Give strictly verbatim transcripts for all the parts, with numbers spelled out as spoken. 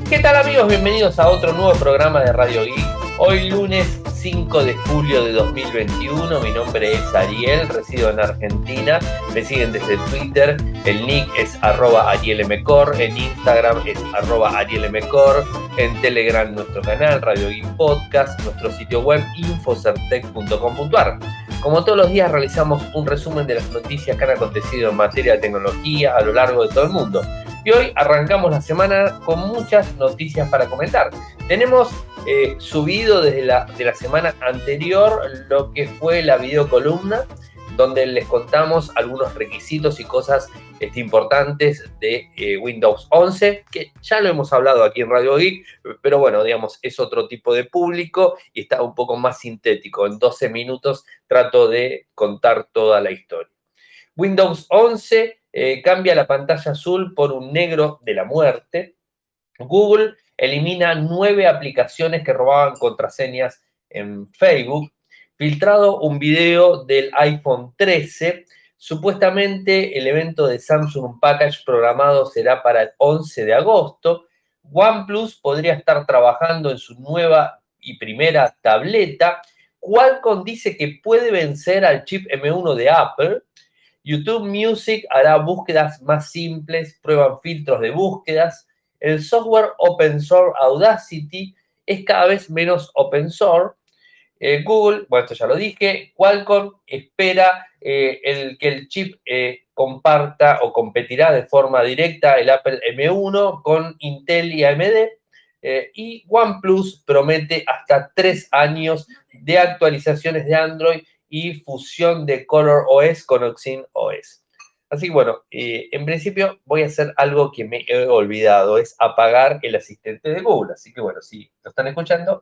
¿Qué tal, amigos? Bienvenidos a otro nuevo programa de Radio Geek. Hoy lunes cinco de julio de dos mil veintiuno. Mi nombre es Ariel, resido en Argentina. Me siguen desde Twitter. El nick es arroba arielmcor. En Instagram es arroba arielmcor. En Telegram nuestro canal Radio Geek Podcast. Nuestro sitio web infocertec punto com punto ar. Como todos los días realizamos un resumen de las noticias que han acontecido en materia de tecnología a lo largo de todo el mundo. Y hoy arrancamos la semana con muchas noticias para comentar. Tenemos eh, subido desde la, de la semana anterior lo que fue la videocolumna, donde les contamos algunos requisitos y cosas este, importantes de eh, Windows once, que ya lo hemos hablado aquí en Radio Geek, pero bueno, digamos, es otro tipo de público y está un poco más sintético. En doce minutos trato de contar toda la historia. Windows once eh, cambia la pantalla azul por un negro de la muerte. Google elimina nueve aplicaciones que robaban contraseñas en Facebook. Filtrado un video del iPhone trece. Supuestamente el evento de Samsung Unpackaged programado será para el once de agosto. OnePlus podría estar trabajando en su nueva y primera tableta. Qualcomm dice que puede vencer al chip eme uno de Apple. YouTube Music hará búsquedas más simples, prueban filtros de búsquedas. El software open source Audacity es cada vez menos open source. Eh, Google, bueno, esto ya lo dije. Qualcomm espera eh, el, que el chip eh, comparta o competirá de forma directa el Apple eme uno con Intel y A eme de. Eh, y OnePlus promete hasta tres años de actualizaciones de Android y fusión de ColorOS con OxygenOS. Así que bueno, eh, en principio voy a hacer algo que me he olvidado, es apagar el asistente de Google. Así que bueno, si lo están escuchando,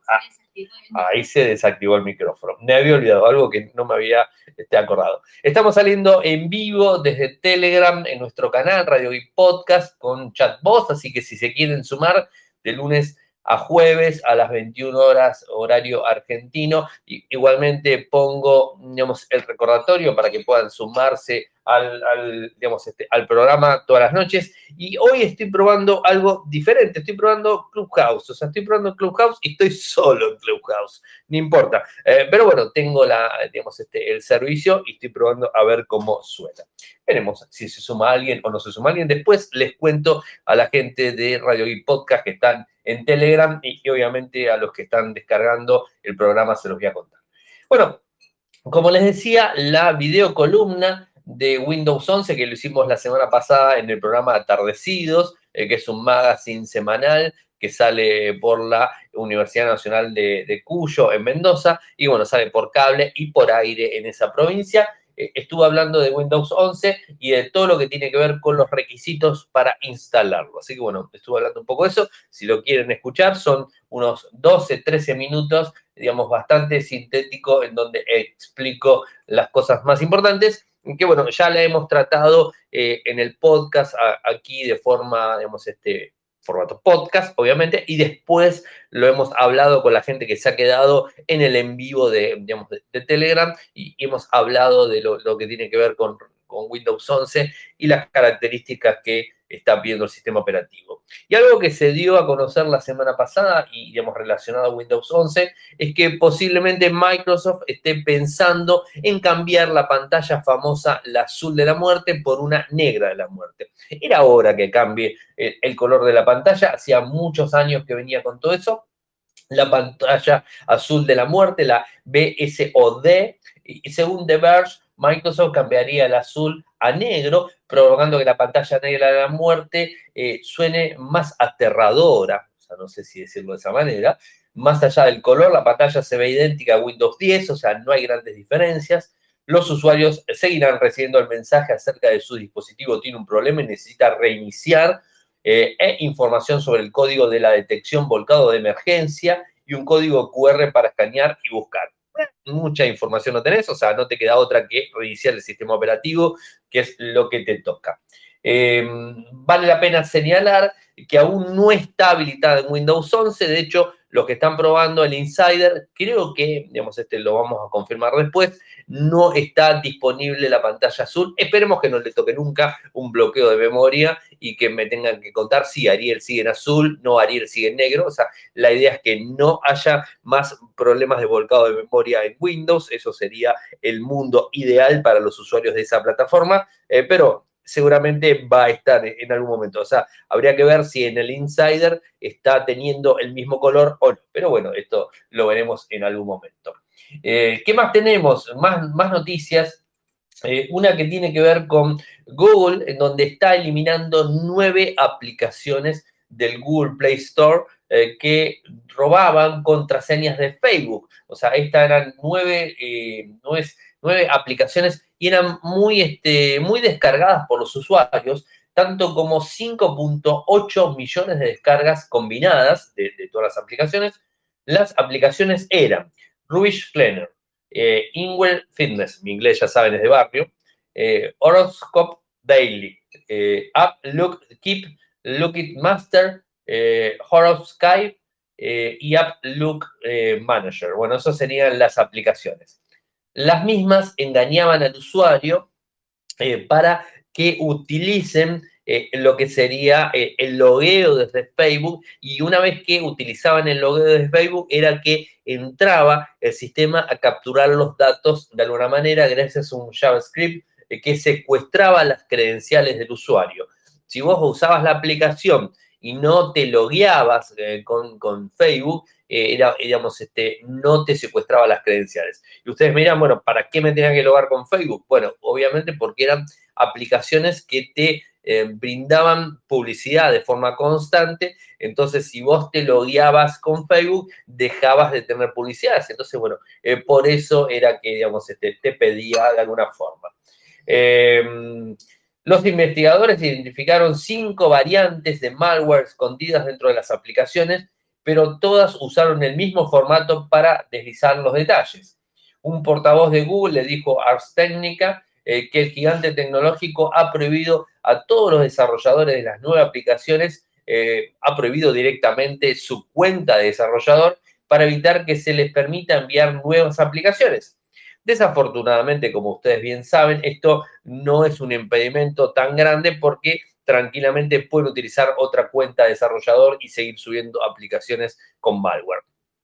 ah, ahí se desactivó el micrófono. Me había olvidado, algo que no me había este, acordado. Estamos saliendo en vivo desde Telegram en nuestro canal Radio Geek Podcast con chatbots, así que si se quieren sumar de lunes a jueves a las veintiuna horas horario argentino. Y igualmente pongo, digamos, el recordatorio para que puedan sumarse al, al, digamos, este, al programa todas las noches. Y hoy estoy probando algo diferente. Estoy probando Clubhouse. O sea, estoy probando Clubhouse y estoy solo en Clubhouse. No importa. Eh, pero bueno, tengo la, digamos, este, el servicio y estoy probando a ver cómo suena. Veremos si se suma alguien o no se suma alguien. Después les cuento a la gente de Radio Geek Podcast que están en Telegram y, y obviamente a los que están descargando el programa se los voy a contar. Bueno, como les decía, la videocolumna de Windows once que lo hicimos la semana pasada en el programa Atardecidos, eh, que es un magazine semanal que sale por la Universidad Nacional de, de Cuyo en Mendoza y bueno, sale por cable y por aire en esa provincia. Estuve hablando de Windows once y de todo lo que tiene que ver con los requisitos para instalarlo. Así que bueno, estuve hablando un poco de eso. Si lo quieren escuchar, son unos doce, trece minutos, digamos, bastante sintético, en donde explico las cosas más importantes, que bueno, ya la hemos tratado eh, en el podcast a, aquí de forma, digamos, este... formato podcast, obviamente, y después lo hemos hablado con la gente que se ha quedado en el en vivo de, digamos, de, de Telegram y hemos hablado de lo, lo que tiene que ver con, con Windows once y las características que está pidiendo el sistema operativo. Y algo que se dio a conocer la semana pasada y, digamos, relacionado a Windows once es que posiblemente Microsoft esté pensando en cambiar la pantalla famosa, la azul de la muerte, por una negra de la muerte. Era hora que cambie el, el color de la pantalla. Hacía muchos años que venía con todo eso. La pantalla azul de la muerte, la B S O D, y según The Verge, Microsoft cambiaría el azul a negro, provocando que la pantalla negra de la muerte eh, suene más aterradora, o sea, no sé si decirlo de esa manera. Más allá del color, la pantalla se ve idéntica a Windows diez, o sea, no hay grandes diferencias. Los usuarios seguirán recibiendo el mensaje acerca de su dispositivo tiene un problema y necesita reiniciar, eh, e información sobre el código de la detección volcado de emergencia y un código cu erre para escanear y buscar. Mucha información no tenés, o sea, no te queda otra que reiniciar el sistema operativo, que es lo que te toca. Eh, vale la pena señalar que aún no está habilitada en Windows once, de hecho, los que están probando el Insider, creo que, digamos, este lo vamos a confirmar después, no está disponible la pantalla azul. Esperemos que no le toque nunca un bloqueo de memoria y que me tengan que contar si Ariel sigue en azul, no Ariel sigue en negro. O sea, la idea es que no haya más problemas de volcado de memoria en Windows. Eso sería el mundo ideal para los usuarios de esa plataforma, eh, pero seguramente va a estar en algún momento. O sea, habría que ver si en el Insider está teniendo el mismo color o no. Pero bueno, esto lo veremos en algún momento. Eh, ¿Qué más tenemos? Más, más noticias. Eh, una que tiene que ver con Google, en donde está eliminando nueve aplicaciones del Google Play Store eh, que robaban contraseñas de Facebook. O sea, estas eran nueve, eh, nueve, nueve aplicaciones y eran muy, este, muy descargadas por los usuarios, tanto como cinco punto ocho millones de descargas combinadas de, de todas las aplicaciones. Las aplicaciones eran Rubbish Cleaner, eh, Inwell Fitness, mi inglés ya saben es de barrio, eh, Horoscope Daily, eh, App Look Keep, Look It Master, eh, Horoscope eh, y App Look eh, Manager. Bueno, esas serían las aplicaciones. Las mismas engañaban al usuario eh, para que utilicen eh, lo que sería eh, el logueo desde Facebook, y una vez que utilizaban el logueo desde Facebook era que entraba el sistema a capturar los datos de alguna manera gracias a un JavaScript eh, que secuestraba las credenciales del usuario. Si vos usabas la aplicación y no te logueabas eh, con, con Facebook, eh, era, digamos, este, no te secuestraba las credenciales. Y ustedes me dirán, bueno, ¿para qué me tenían que logar con Facebook? Bueno, obviamente porque eran aplicaciones que te eh, brindaban publicidad de forma constante. Entonces, si vos te logueabas con Facebook, dejabas de tener publicidad. Entonces, bueno, eh, por eso era que, digamos, este, te pedía de alguna forma. Eh, Los investigadores identificaron cinco variantes de malware escondidas dentro de las aplicaciones, pero todas usaron el mismo formato para deslizar los detalles. Un portavoz de Google le dijo a Ars Technica eh, que el gigante tecnológico ha prohibido a todos los desarrolladores de las nuevas aplicaciones, eh, ha prohibido directamente su cuenta de desarrollador para evitar que se les permita enviar nuevas aplicaciones. Desafortunadamente, como ustedes bien saben, esto no es un impedimento tan grande porque tranquilamente pueden utilizar otra cuenta de desarrollador y seguir subiendo aplicaciones con malware.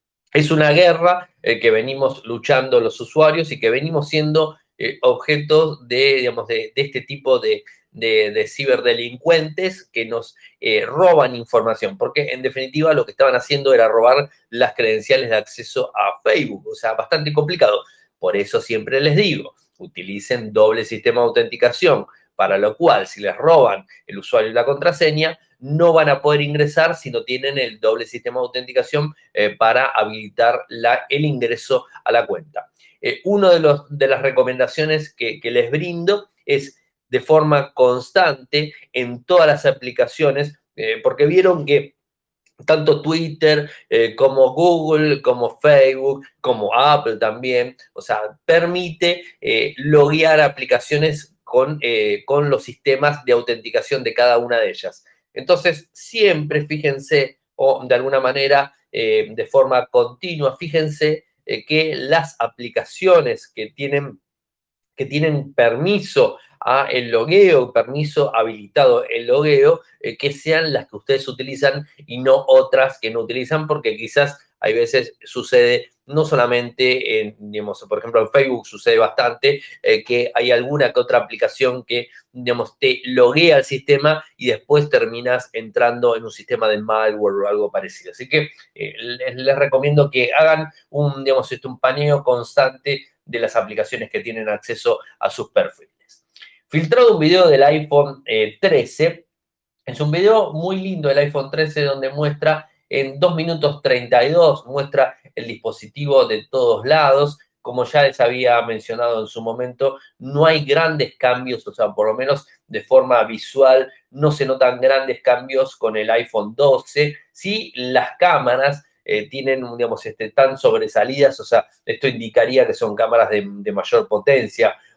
Es una guerra eh, que venimos luchando los usuarios y que venimos siendo eh, objetos de, digamos, de, de este tipo de, de, de ciberdelincuentes que nos eh, roban información, porque en definitiva lo que estaban haciendo era robar las credenciales de acceso a Facebook, o sea, bastante complicado. Por eso siempre les digo, utilicen doble sistema de autenticación, para lo cual si les roban el usuario y la contraseña, no van a poder ingresar si no tienen el doble sistema de autenticación eh, para habilitar la, el ingreso a la cuenta. Eh, una de, los, de las recomendaciones que, que les brindo es de forma constante en todas las aplicaciones, eh, porque vieron que tanto Twitter eh, como Google, como Facebook, como Apple también, o sea, permite eh, loguear aplicaciones con, eh, con los sistemas de autenticación de cada una de ellas. Entonces, siempre fíjense, o de alguna manera, eh, de forma continua, fíjense eh, que las aplicaciones que tienen, que tienen permiso a el logueo, permiso habilitado el logueo, eh, que sean las que ustedes utilizan y no otras que no utilizan, porque quizás hay veces sucede, no solamente, en, digamos, por ejemplo, en Facebook sucede bastante, eh, que hay alguna que otra aplicación que, digamos, te loguea al sistema y después terminas entrando en un sistema de malware o algo parecido. Así que eh, les, les recomiendo que hagan un, digamos, esto, un paneo constante de las aplicaciones que tienen acceso a sus perfiles. Filtrado un video del iPhone eh, trece. Es un video muy lindo del iPhone trece donde muestra en dos minutos treinta y dos, muestra el dispositivo de todos lados. Como ya les había mencionado en su momento, no hay grandes cambios, o sea, por lo menos de forma visual no se notan grandes cambios con el iPhone doce. Sí, las cámaras eh, tienen, digamos, este, tan sobresalidas, o sea, esto indicaría que son cámaras de, de mayor potencia.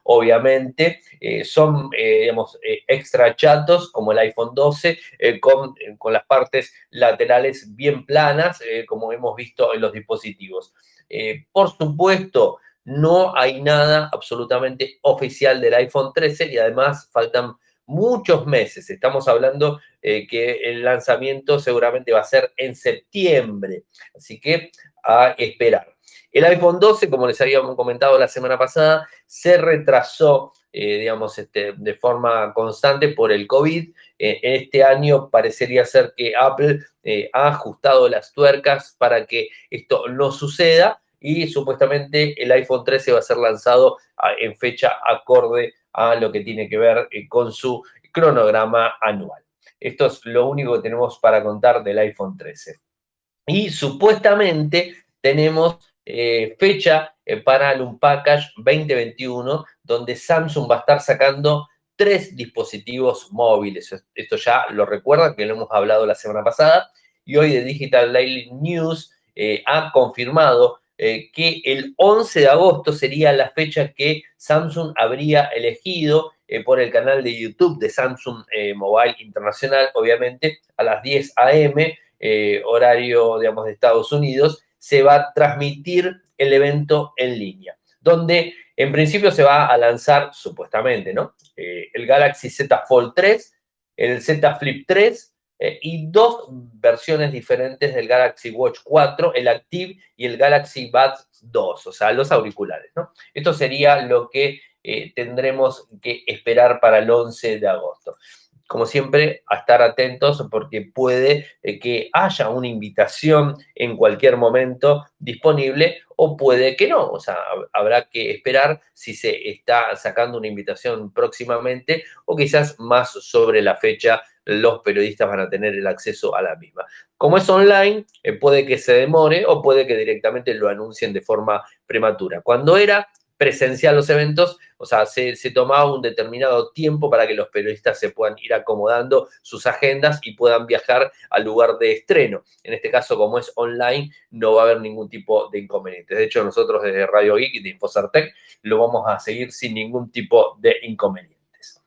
obviamente, eh, son, eh, digamos, eh, extra chatos, como el iPhone doce, eh, con, con las partes laterales bien planas, eh, como hemos visto en los dispositivos. Eh, por supuesto, no hay nada absolutamente oficial del iPhone trece y además faltan muchos meses. Estamos hablando eh, que el lanzamiento seguramente va a ser en septiembre, así que a esperar. El iPhone doce, como les habíamos comentado la semana pasada, se retrasó, eh, digamos, este, de forma constante por el COVID. Eh, este año parecería ser que Apple eh, ha ajustado las tuercas para que esto no suceda y supuestamente el iPhone trece va a ser lanzado a, en fecha acorde a lo que tiene que ver eh, con su cronograma anual. Esto es lo único que tenemos para contar del iPhone trece. Y supuestamente tenemos eh, fecha eh, para el Unpackage veinte veintiuno, donde Samsung va a estar sacando tres dispositivos móviles. Esto ya lo recuerdan, que lo hemos hablado la semana pasada, y hoy de Digital Daily News eh, ha confirmado eh, que el once de agosto sería la fecha que Samsung habría elegido eh, por el canal de YouTube de Samsung eh, Mobile Internacional, obviamente, a las diez a eme, Eh, horario, digamos, de Estados Unidos, se va a transmitir el evento en línea, donde en principio se va a lanzar, supuestamente, ¿no? Eh, el Galaxy Z Fold tres, el Z Flip tres eh, y dos versiones diferentes del Galaxy Watch cuatro, el Active y el Galaxy Buds dos, o sea, los auriculares, ¿no? Esto sería lo que eh, tendremos que esperar para el once de agosto. Como siempre, a estar atentos porque puede eh, que haya una invitación en cualquier momento disponible o puede que no. O sea, habrá que esperar si se está sacando una invitación próximamente o quizás más sobre la fecha los periodistas van a tener el acceso a la misma. Como es online, eh, puede que se demore o puede que directamente lo anuncien de forma prematura. Cuando era presencial los eventos, o sea, se, se tomaba un determinado tiempo para que los periodistas se puedan ir acomodando sus agendas y puedan viajar al lugar de estreno. En este caso, como es online, no va a haber ningún tipo de inconveniente. De hecho, nosotros desde Radio Geek y de Infocertec lo vamos a seguir sin ningún tipo de inconvenientes.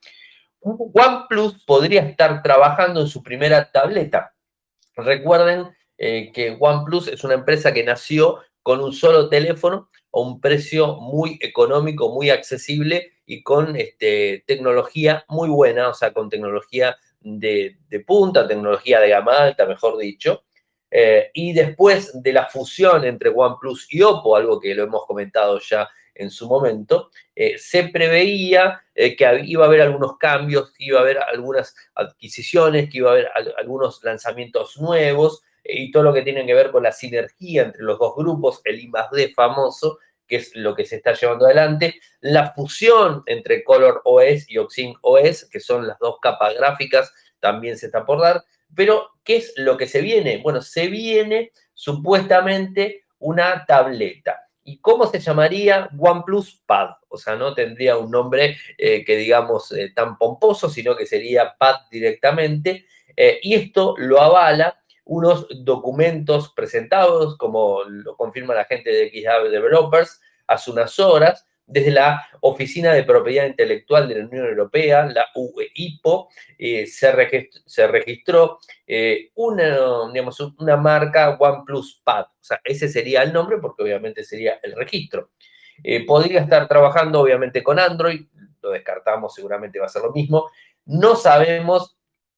OnePlus podría estar trabajando en su primera tableta. Recuerden eh, que OnePlus es una empresa que nació con un solo teléfono a un precio muy económico, muy accesible y con este, tecnología muy buena, o sea, con tecnología de, de punta, tecnología de gama alta, mejor dicho. Eh, y después de la fusión entre OnePlus y Oppo, algo que lo hemos comentado ya en su momento, eh, se preveía eh, que iba a haber algunos cambios, que iba a haber algunas adquisiciones, que iba a haber al, algunos lanzamientos nuevos, y todo lo que tiene que ver con la sinergia entre los dos grupos, el I más D famoso, que es lo que se está llevando adelante, la fusión entre ColorOS y OxygenOS, que son las dos capas gráficas, también se está por dar. Pero, ¿qué es lo que se viene? Bueno, se viene supuestamente una tableta. ¿Y cómo se llamaría? OnePlus Pad. O sea, no tendría un nombre eh, que digamos eh, tan pomposo, sino que sería Pad directamente. Eh, y esto lo avala unos documentos presentados, como lo confirma la gente de X W Developers, hace unas horas, desde la Oficina de Propiedad Intelectual de la Unión Europea, la U E I P O, eh, se, registró, se registró eh, una, digamos, una marca OnePlus Pad. O sea, ese sería el nombre porque obviamente sería el registro. Eh, podría estar trabajando obviamente con Android, lo descartamos, seguramente va a ser lo mismo. No sabemos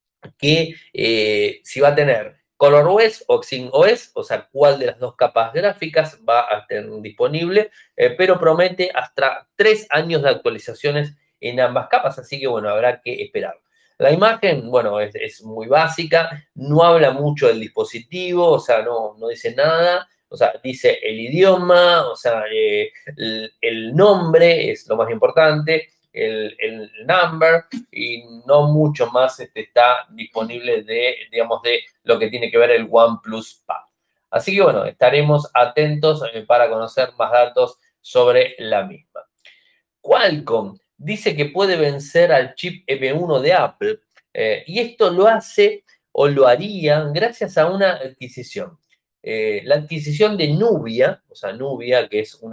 que eh, si va a tener ColorOS o OxygenOS, o sea, cuál de las dos capas gráficas va a tener disponible, eh, pero promete hasta tres años de actualizaciones en ambas capas, así que bueno, habrá que esperar. La imagen, bueno, es, es muy básica, no habla mucho del dispositivo, o sea, no, no dice nada, o sea, dice el idioma, o sea, eh, el, el nombre es lo más importante, el, el number, y no mucho más este, está disponible de, digamos, de lo que tiene que ver el OnePlus Pad. Así que bueno, estaremos atentos eh, para conocer más datos sobre la misma. Qualcomm dice que puede vencer al chip M uno de Apple eh, y esto lo hace o lo haría gracias a una adquisición. Eh, la adquisición de Nubia, o sea, Nubia, que es una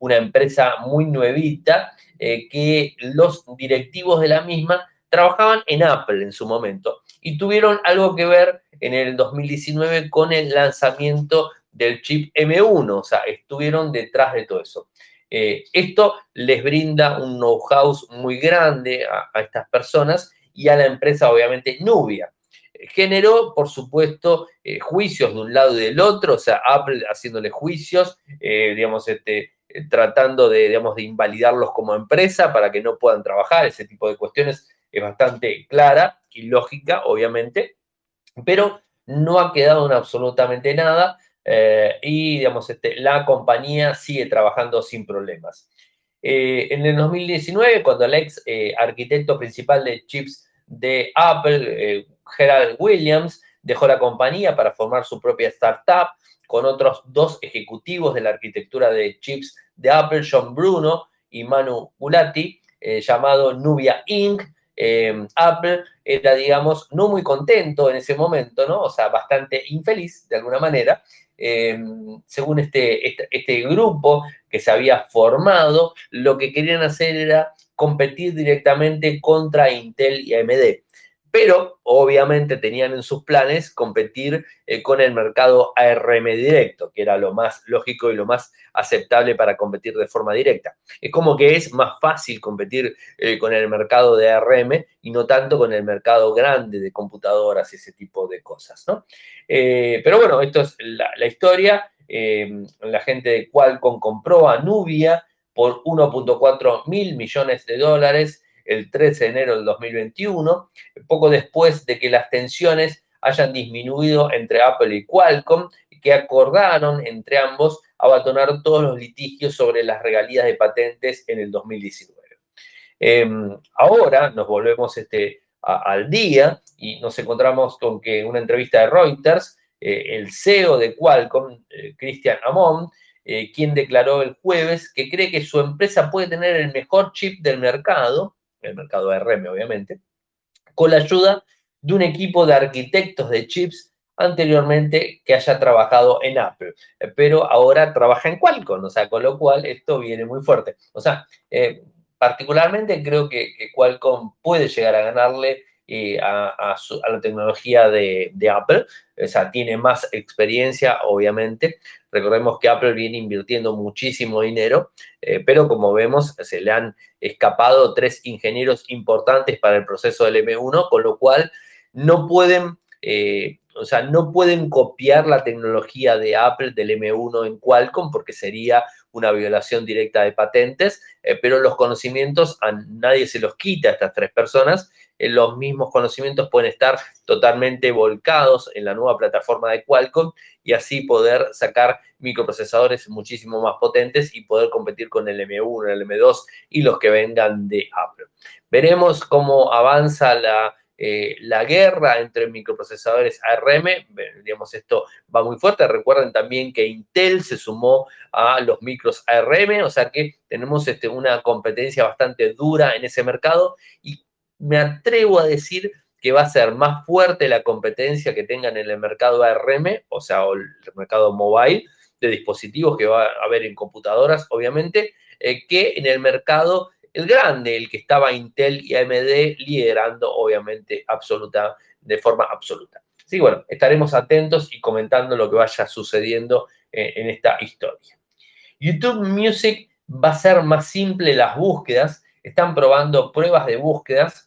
una empresa muy nuevita eh, que los directivos de la misma trabajaban en Apple en su momento y tuvieron algo que ver en el dos mil diecinueve con el lanzamiento del chip eme uno, o sea, estuvieron detrás de todo eso. Eh, esto les brinda un know-how muy grande a, a estas personas y a la empresa, obviamente, Nubia. Generó, por supuesto, eh, juicios de un lado y del otro, o sea, Apple haciéndole juicios, eh, digamos, este, eh, tratando de, digamos, de invalidarlos como empresa para que no puedan trabajar, ese tipo de cuestiones es bastante clara y lógica, obviamente, pero no ha quedado en absolutamente nada eh, y, digamos, este, la compañía sigue trabajando sin problemas. Eh, en el dos mil diecinueve, cuando el ex eh, arquitecto principal de chips de Apple, eh, Gerald Williams, dejó la compañía para formar su propia startup con otros dos ejecutivos de la arquitectura de chips de Apple, John Bruno y Manu Gulati, eh, llamado Nubia incorporated. Eh, Apple era, digamos, no muy contento en ese momento, ¿no? O sea, bastante infeliz de alguna manera. Eh, según este, este, este grupo que se había formado, lo que querían hacer era competir directamente contra Intel y A M D. Pero obviamente tenían en sus planes competir eh, con el mercado A R M directo, que era lo más lógico y lo más aceptable para competir de forma directa. Es como que es más fácil competir eh, con el mercado de A R M y no tanto con el mercado grande de computadoras y ese tipo de cosas, ¿no? Eh, pero bueno, esto es la, la historia. Eh, la gente de Qualcomm compró a Nubia por uno punto cuatro mil millones de dólares el trece de enero del dos mil veintiuno, poco después de que las tensiones hayan disminuido entre Apple y Qualcomm, que acordaron entre ambos abandonar todos los litigios sobre las regalías de patentes en el dos mil diecinueve. Eh, ahora nos volvemos este, a, al día y nos encontramos con que una entrevista de Reuters, eh, el C E O de Qualcomm, eh, Christian Amon, eh, quien declaró el jueves que cree que su empresa puede tener el mejor chip del mercado, el mercado A R M obviamente, con la ayuda de un equipo de arquitectos de chips anteriormente que haya trabajado en Apple, pero ahora trabaja en Qualcomm, o sea, con lo cual esto viene muy fuerte. O sea, eh, particularmente creo que, que Qualcomm puede llegar a ganarle eh, a, a, su, a la tecnología de, de Apple, o sea, tiene más experiencia, obviamente. Recordemos que Apple viene invirtiendo muchísimo dinero, eh, pero como vemos, se le han escapado tres ingenieros importantes para el proceso del eme uno, con lo cual no pueden, eh, o sea, no pueden copiar la tecnología de Apple del eme uno en Qualcomm porque sería una violación directa de patentes, eh, pero los conocimientos a nadie se los quita a estas tres personas. Eh, los mismos conocimientos pueden estar totalmente volcados en la nueva plataforma de Qualcomm y así poder sacar microprocesadores muchísimo más potentes y poder competir con el eme uno, el eme dos y los que vengan de Apple. Veremos cómo avanza la, eh, la guerra entre microprocesadores A R M, digamos, esto va muy fuerte. Recuerden también que Intel se sumó a los micros A R M, o sea que tenemos este, una competencia bastante dura en ese mercado y me atrevo a decir que va a ser más fuerte la competencia que tengan en el mercado A R M, o sea, el mercado mobile, de dispositivos que va a haber en computadoras, obviamente, eh, que en el mercado, el grande, el que estaba Intel y A M D liderando, obviamente, absoluta, de forma absoluta. Así que bueno, estaremos atentos y comentando lo que vaya sucediendo eh, en esta historia. YouTube Music va a ser más simple las búsquedas, están probando pruebas de búsquedas.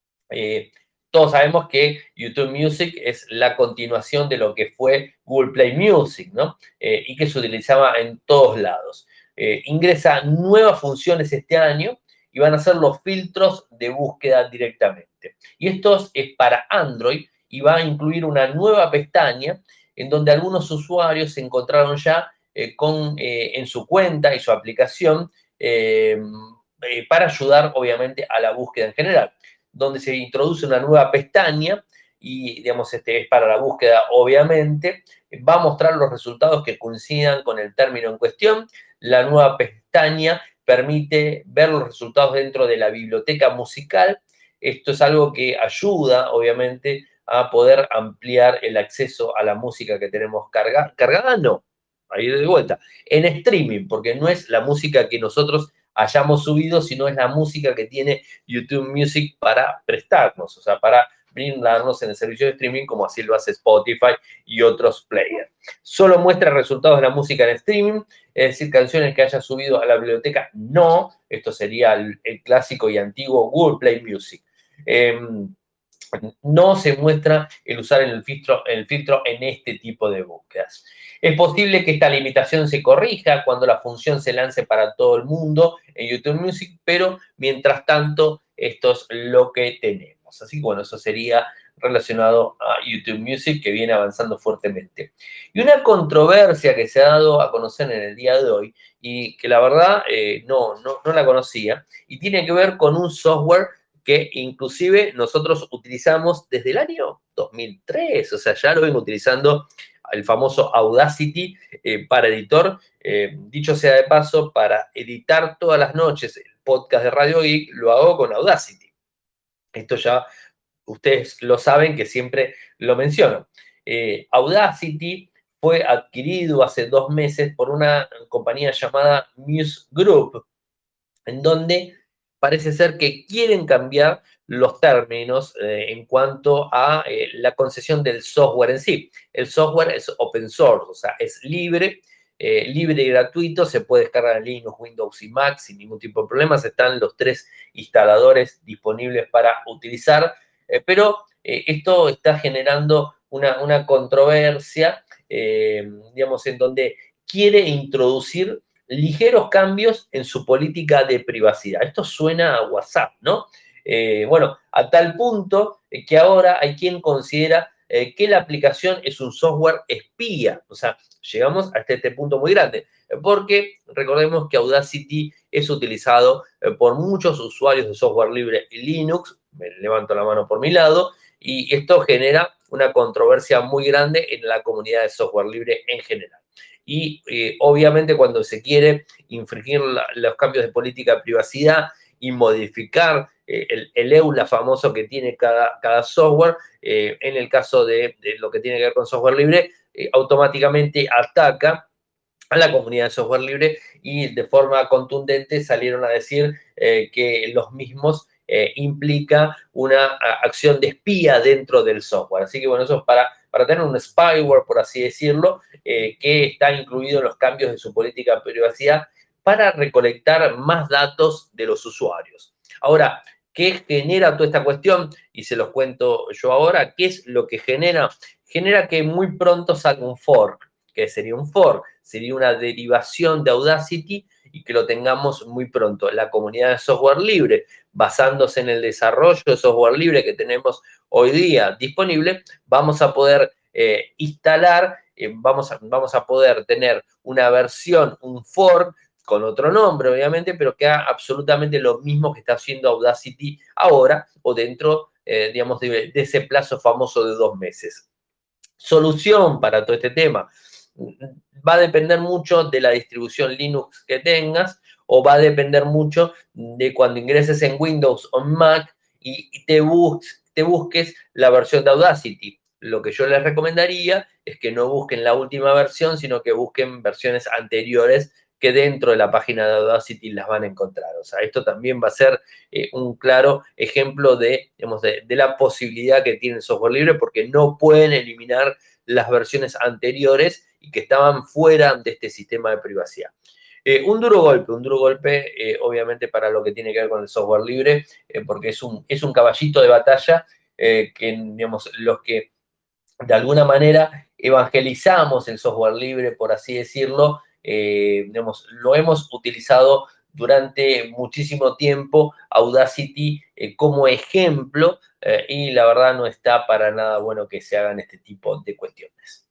Eh, todos sabemos que YouTube Music es la continuación de lo que fue Google Play Music, ¿no? Eh, y que se utilizaba en todos lados. Eh, ingresa nuevas funciones este año y van a ser los filtros de búsqueda directamente. Y esto es para Android y va a incluir una nueva pestaña en donde algunos usuarios se encontraron ya eh, con, eh, en su cuenta y su aplicación eh, eh, para ayudar, obviamente, a la búsqueda en general, donde se introduce una nueva pestaña y, digamos, este es para la búsqueda, obviamente, va a mostrar los resultados que coincidan con el término en cuestión. La nueva pestaña permite ver los resultados dentro de la biblioteca musical. Esto es algo que ayuda, obviamente, a poder ampliar el acceso a la música que tenemos carga, cargada, no, ahí de vuelta, en streaming, porque no es la música que nosotros hayamos subido, sino es la música que tiene YouTube Music para prestarnos, o sea, para brindarnos en el servicio de streaming, como así lo hace Spotify y otros players. Solo muestra resultados de la música en streaming, es decir, canciones que haya subido a la biblioteca, no. Esto sería el, el clásico y antiguo Google Play Music. Eh, no se muestra el usar el filtro, el filtro en este tipo de búsquedas. Es posible que esta limitación se corrija cuando la función se lance para todo el mundo en YouTube Music, pero mientras tanto esto es lo que tenemos. Así que bueno, eso sería relacionado a YouTube Music, que viene avanzando fuertemente. Y una controversia que se ha dado a conocer en el día de hoy, y que la verdad eh, no, no, no la conocía, y tiene que ver con un software que inclusive nosotros utilizamos desde el año dos mil tres, o sea, ya lo vengo utilizando, el famoso Audacity eh, para editor. Eh, dicho sea de paso, para editar todas las noches el podcast de Radio Geek, lo hago con Audacity. Esto ya ustedes lo saben, que siempre lo menciono. Eh, Audacity fue adquirido hace dos meses por una compañía llamada Muse Group, en donde parece ser que quieren cambiar los términos eh, en cuanto a eh, la concesión del software en sí. El software es open source, o sea, es libre, eh, libre y gratuito, se puede descargar en Linux, Windows y Mac sin ningún tipo de problemas. Están los tres instaladores disponibles para utilizar, eh, pero eh, esto está generando una, una controversia, eh, digamos, en donde quiere introducir ligeros cambios en su política de privacidad. Esto suena a WhatsApp, ¿no? Eh, bueno, a tal punto que ahora hay quien considera eh, que la aplicación es un software espía. O sea, llegamos hasta este punto muy grande, porque recordemos que Audacity es utilizado eh, por muchos usuarios de software libre y Linux, me levanto la mano por mi lado, y esto genera una controversia muy grande en la comunidad de software libre en general. Y eh, obviamente cuando se quiere infringir la, los cambios de política de privacidad y modificar eh, el, el EULA famoso que tiene cada, cada software, eh, en el caso de, de lo que tiene que ver con software libre, eh, automáticamente ataca a la comunidad de software libre y de forma contundente salieron a decir eh, que los mismos eh, implica una acción de espía dentro del software. Así que bueno, eso es para, para tener un spyware, por así decirlo, eh, que está incluido en los cambios de su política de privacidad para recolectar más datos de los usuarios. Ahora, ¿qué genera toda esta cuestión? Y se los cuento yo ahora. ¿Qué es lo que genera? Genera que muy pronto salga un fork. ¿Qué sería un fork? Sería una derivación de Audacity y que lo tengamos muy pronto. La comunidad de software libre, basándose en el desarrollo de software libre que tenemos hoy día disponible, vamos a poder eh, instalar, eh, vamos, a, vamos a poder tener una versión, un fork, con otro nombre, obviamente, pero que haga absolutamente lo mismo que está haciendo Audacity ahora o dentro, eh, digamos, de, de ese plazo famoso de dos meses. Solución para todo este tema. Va a depender mucho de la distribución Linux que tengas o va a depender mucho de cuando ingreses en Windows o Mac y te, bus te busques la versión de Audacity. Lo que yo les recomendaría es que no busquen la última versión, sino que busquen versiones anteriores que dentro de la página de Audacity las van a encontrar. O sea, esto también va a ser eh, un claro ejemplo de, digamos, de, de la posibilidad que tiene el software libre, porque no pueden eliminar las versiones anteriores y que estaban fuera de este sistema de privacidad. Eh, un duro golpe, un duro golpe, eh, obviamente, para lo que tiene que ver con el software libre, eh, porque es un, es un caballito de batalla eh, que, digamos, los que de alguna manera evangelizamos el software libre, por así decirlo, eh, digamos, lo hemos utilizado durante muchísimo tiempo, Audacity eh, como ejemplo, eh, y la verdad no está para nada bueno que se hagan este tipo de cuestiones.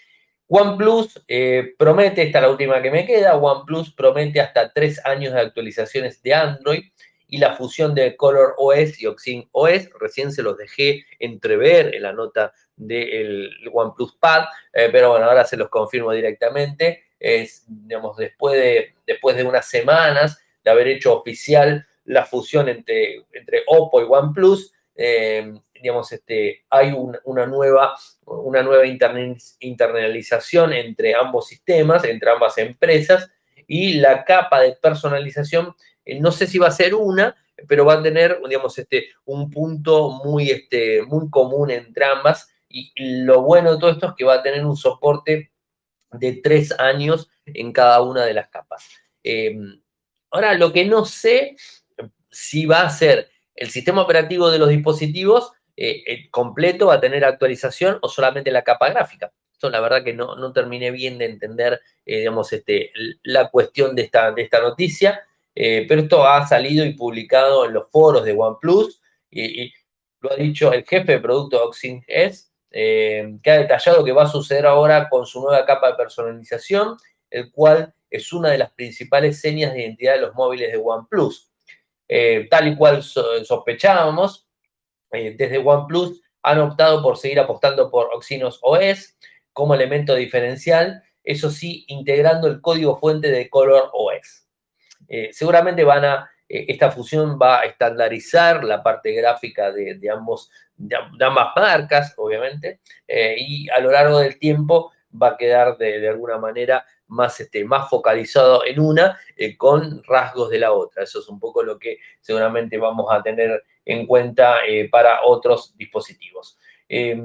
OnePlus eh, promete, esta es la última que me queda, OnePlus promete hasta tres años de actualizaciones de Android y la fusión de ColorOS y OxygenOS, recién se los dejé entrever en la nota del OnePlus Pad, eh, pero bueno, ahora se los confirmo directamente. Es, digamos, después de, después de unas semanas de haber hecho oficial la fusión entre, entre Oppo y OnePlus, eh, digamos, este, hay un, una nueva, una nueva internalización entre ambos sistemas, entre ambas empresas, y la capa de personalización, eh, no sé si va a ser una, pero va a tener, digamos, este, un punto muy, este, muy común entre ambas, y lo bueno de todo esto es que va a tener un soporte de tres años en cada una de las capas. Eh, ahora, lo que no sé si va a ser el sistema operativo de los dispositivos eh, eh, completo, va a tener actualización o solamente la capa gráfica. Esto la verdad que no, no terminé bien de entender, eh, digamos, este, la cuestión de esta, de esta noticia, eh, pero esto ha salido y publicado en los foros de OnePlus y, y lo ha dicho el jefe de producto de OxygenOS, eh, que ha detallado que va a suceder ahora con su nueva capa de personalización, el cual es una de las principales señas de identidad de los móviles de OnePlus. Eh, tal y cual so, sospechábamos, eh, desde OnePlus han optado por seguir apostando por OxygenOS como elemento diferencial, eso sí, integrando el código fuente de ColorOS. Eh, seguramente van a, eh, esta fusión va a estandarizar la parte gráfica de, de, ambos, de, de ambas marcas, obviamente, eh, y a lo largo del tiempo va a quedar de, de alguna manera más, este, más focalizado en una eh, con rasgos de la otra. Eso es un poco lo que seguramente vamos a tener en cuenta eh, para otros dispositivos. Eh,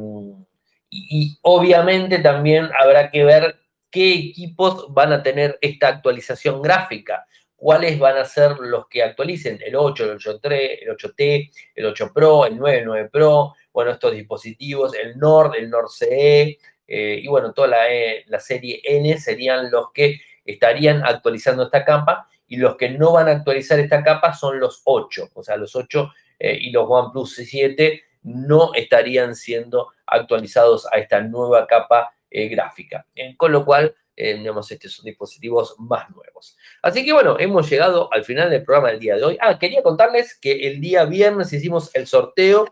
y, y obviamente también habrá que ver qué equipos van a tener esta actualización gráfica, cuáles van a ser los que actualicen, el ocho, el ocho tres, el ocho T, el ocho Pro, el nueve, el nueve Pro, bueno, estos dispositivos, el Nord, el Nord C E, eh, y bueno, toda la, eh, la serie N serían los que estarían actualizando esta capa, y los que no van a actualizar esta capa son los ocho, o sea, los ocho eh, y los OnePlus siete no estarían siendo actualizados a esta nueva capa eh, gráfica, eh, con lo cual, eh, digamos, estos son dispositivos más nuevos. Así que bueno, hemos llegado al final del programa del día de hoy. Ah, quería contarles que el día viernes hicimos el sorteo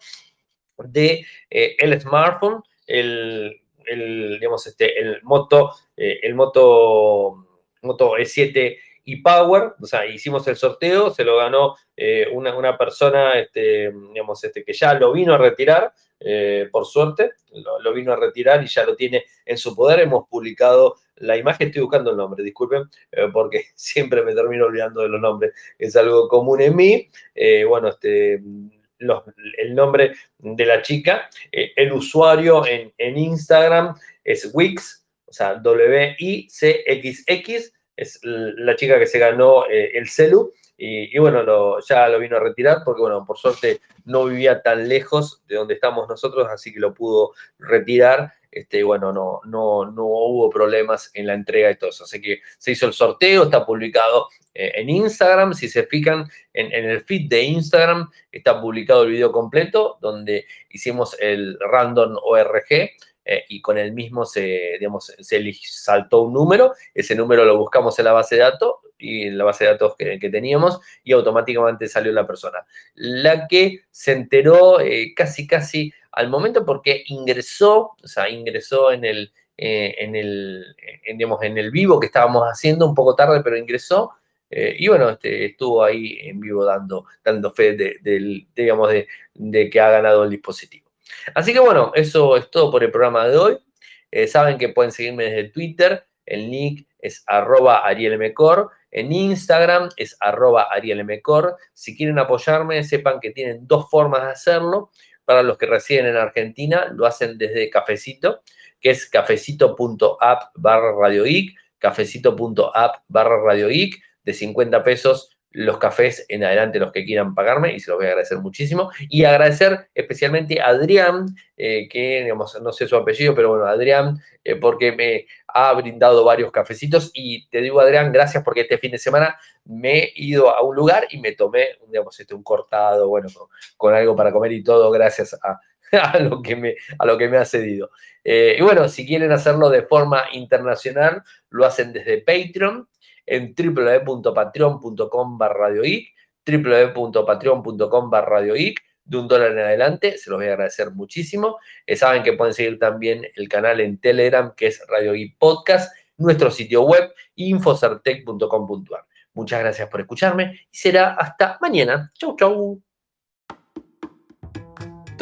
de eh, el smartphone, el, el, digamos, este, el Moto, eh, el Moto, Moto E siete ePower, o sea, hicimos el sorteo, se lo ganó eh, una, una persona, este, digamos, este, que ya lo vino a retirar, eh, por suerte, lo, lo vino a retirar y ya lo tiene en su poder. Hemos publicado la imagen, estoy buscando el nombre, disculpen, eh, porque siempre me termino olvidando de los nombres, es algo común en mí. Eh, bueno, este... Los, el nombre de la chica, eh, el usuario en, en Instagram es Wix, o sea, W I C X X, es la chica que se ganó eh, el celu, y, y bueno, lo, ya lo vino a retirar porque, bueno, por suerte no vivía tan lejos de donde estamos nosotros, así que lo pudo retirar. Este, bueno, no, no, no hubo problemas en la entrega y todo eso. Así que se hizo el sorteo, está publicado eh, en Instagram. Si se fijan en, en el feed de Instagram, está publicado el video completo, donde hicimos el random O R G eh, y con el mismo se, digamos, se saltó un número. Ese número lo buscamos en la base de datos y en la base de datos que, que teníamos, y automáticamente salió la persona. La que se enteró eh, casi, casi al momento, porque ingresó, o sea, ingresó en el, eh, en el, en, digamos, en el vivo que estábamos haciendo, un poco tarde, pero ingresó, eh, y bueno, este, estuvo ahí en vivo dando, dando fe de, de, de digamos, de, de que ha ganado el dispositivo. Así que bueno, eso es todo por el programa de hoy. Eh, saben que pueden seguirme desde Twitter, el nick es arroba arielmcor, en Instagram es arroba arielmcor. Si quieren apoyarme, sepan que tienen dos formas de hacerlo. Para los que residen en Argentina, lo hacen desde Cafecito, que es cafecito.app barra Radio Geek, cafecito.app barra Radio Geek, de cincuenta pesos los cafés en adelante, los que quieran pagarme, y se los voy a agradecer muchísimo. Y agradecer especialmente a Adrián, eh, que, digamos, no sé su apellido, pero bueno, Adrián, eh, porque me ha brindado varios cafecitos. Y te digo, Adrián, gracias, porque este fin de semana me he ido a un lugar y me tomé, digamos, este, un cortado, bueno, con, con algo para comer y todo, gracias a, a, lo, que me, a lo que me ha cedido. Eh, y bueno, si quieren hacerlo de forma internacional, lo hacen desde Patreon, en w w w punto patreon punto com barra radio geek, w w w punto patreon punto com barra radio geek, de un dólar en adelante, se los voy a agradecer muchísimo. Eh, saben que pueden seguir también el canal en Telegram, que es Radio Geek Podcast, nuestro sitio web, infocertec punto com punto a r. Muchas gracias por escucharme y será hasta mañana. Chau, chau.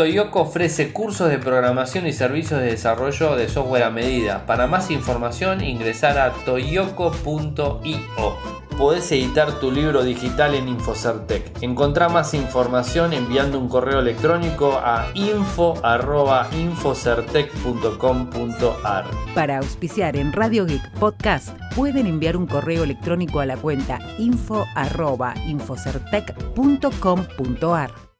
Toyoko ofrece cursos de programación y servicios de desarrollo de software a medida. Para más información, ingresar a toyoko punto io. Podés editar tu libro digital en Infocertec. Encontrá más información enviando un correo electrónico a info arroba infocertec punto com punto ar. Para auspiciar en Radio Geek Podcast, pueden enviar un correo electrónico a la cuenta info arroba infocertec punto com punto ar.